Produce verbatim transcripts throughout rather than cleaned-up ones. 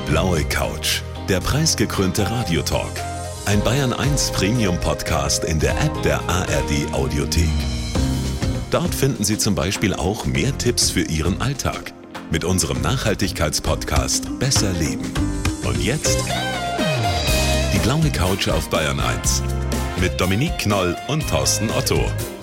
blaue Couch, der preisgekrönte Radiotalk. Ein Bayern eins Premium-Podcast in der App der A R D-Audiothek. Dort finden Sie zum Beispiel auch mehr Tipps für Ihren Alltag mit unserem Nachhaltigkeitspodcast Besser Leben. Und jetzt die blaue Couch auf Bayern eins mit Dominique Knoll und Thorsten Otto.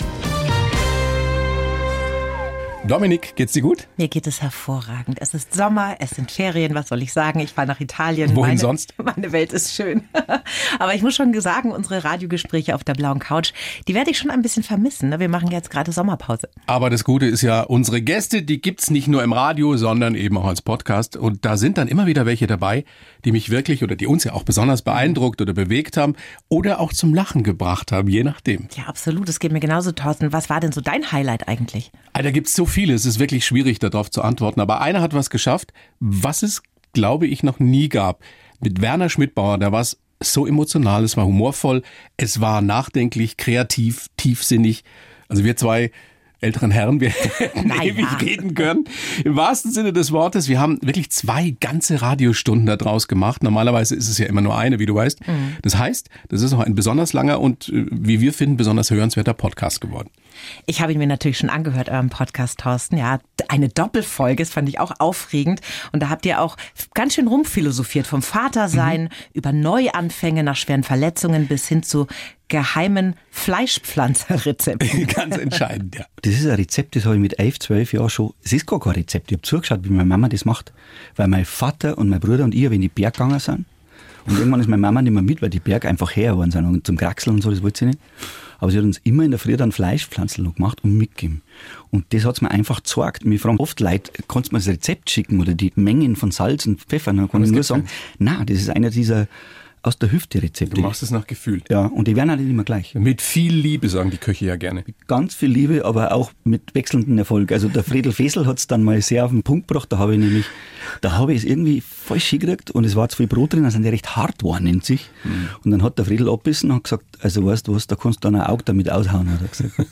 Dominik, geht's dir gut? Mir geht es hervorragend. Es ist Sommer, es sind Ferien, was soll ich sagen? Ich fahre nach Italien. Wohin meine, sonst? Meine Welt ist schön. Aber ich muss schon sagen, unsere Radiogespräche auf der blauen Couch, die werde ich schon ein bisschen vermissen. Wir machen jetzt gerade Sommerpause. Aber das Gute ist ja, unsere Gäste, die gibt's nicht nur im Radio, sondern eben auch als Podcast. Und da sind dann immer wieder welche dabei, die mich wirklich oder die uns ja auch besonders beeindruckt oder bewegt haben oder auch zum Lachen gebracht haben, je nachdem. Ja, absolut. Das geht mir genauso, Thorsten. Was war denn so dein Highlight eigentlich? Ah, da gibt's so viele. Es ist wirklich schwierig, darauf zu antworten. Aber einer hat was geschafft, was es, glaube ich, noch nie gab. Mit Werner Schmidbauer, da war es so emotional, es war humorvoll, es war nachdenklich, kreativ, tiefsinnig. Also wir zwei älteren Herren, wir hätten naja. ewig reden können. Im wahrsten Sinne des Wortes, wir haben wirklich zwei ganze Radiostunden da draus gemacht. Normalerweise ist es ja immer nur eine, wie du weißt. Mhm. Das heißt, das ist auch ein besonders langer und, wie wir finden, besonders hörenswerter Podcast geworden. Ich habe ihn mir natürlich schon angehört, eurem Podcast, Thorsten. Ja, eine Doppelfolge, das fand ich auch aufregend. Und da habt ihr auch ganz schön rumphilosophiert. Vom Vatersein mhm. über Neuanfänge nach schweren Verletzungen bis hin zu geheimen Fleischpflanzerrezepten. Ganz entscheidend, ja. Das ist ein Rezept, das habe ich mit elf, zwölf Jahren schon. Es ist gar kein Rezept. Ich habe zugeschaut, wie meine Mama das macht. Weil mein Vater und mein Bruder und ich, wenn die Berg gegangen sind, und irgendwann ist meine Mama nicht mehr mit, weil die Berg einfach her waren sind und zum Kraxeln und so, das wollte sie nicht. Aber sie hat uns immer in der Früh dann Fleischpflanzen noch gemacht und mitgegeben. Und das hat es mir einfach gezeigt. Mir fragen oft Leute, kannst du mir das Rezept schicken oder die Mengen von Salz und Pfeffer? Dann kann ich nur sagen, nein, das ist einer dieser aus der Hüfte Rezepte. Du machst es nach Gefühl. Ja, und die werden auch nicht immer gleich. Mit viel Liebe, sagen die Köche ja gerne. Mit ganz viel Liebe, aber auch mit wechselndem Erfolg. Also der Friedel Fesel hat es dann mal sehr auf den Punkt gebracht. Da habe ich nämlich, da habe ich es irgendwie falsch hingekriegt und es war zu viel Brot drin, also die recht hart war, nennt sich. Mhm. Und dann hat der Friedel abbissen und gesagt, also weißt du was, da kannst du dann ein Auge damit aushauen, hat er gesagt.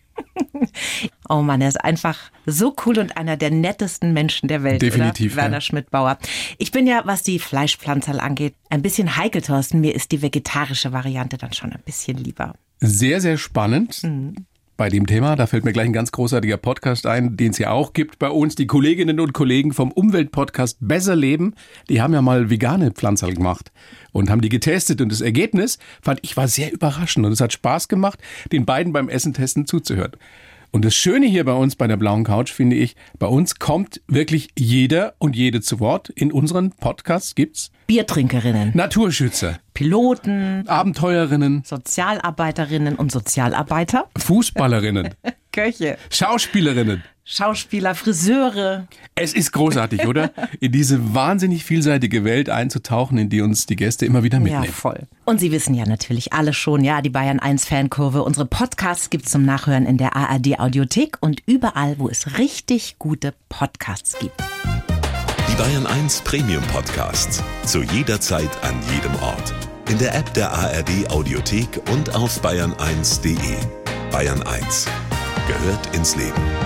Oh Mann, er ist einfach so cool und einer der nettesten Menschen der Welt. Definitiv, oder? Werner ja. Schmidbauer. Ich bin ja, was die Fleischpflanzerl angeht, ein bisschen heikel, Thorsten. Mir ist die vegetarische Variante dann schon ein bisschen lieber. Sehr, sehr spannend. Mhm. Bei dem Thema, da fällt mir gleich ein ganz großartiger Podcast ein, den es ja auch gibt bei uns. Die Kolleginnen und Kollegen vom Umweltpodcast Besser Leben, die haben ja mal vegane Pflanzerl gemacht und haben die getestet. Und das Ergebnis, fand ich, war sehr überraschend. Und es hat Spaß gemacht, den beiden beim Essen testen zuzuhören. Und das Schöne hier bei uns bei der blauen Couch, finde ich, bei uns kommt wirklich jeder und jede zu Wort. In unseren Podcasts gibt's Biertrinkerinnen, Naturschützer, Piloten, Abenteuerinnen, Sozialarbeiterinnen und Sozialarbeiter, Fußballerinnen, Köche, Schauspielerinnen, Schauspieler, Friseure. Es ist großartig, oder? In diese wahnsinnig vielseitige Welt einzutauchen, in die uns die Gäste immer wieder mitnehmen. Ja, voll. Und Sie wissen ja natürlich alle schon, ja, die Bayern eins Fankurve. Unsere Podcasts gibt's zum Nachhören in der A R D-Audiothek und überall, wo es richtig gute Podcasts gibt. Die Bayern eins Premium-Podcasts. Zu jeder Zeit, an jedem Ort. In der App der A R D-Audiothek und auf bayern eins punkt de. Bayern eins gehört ins Leben.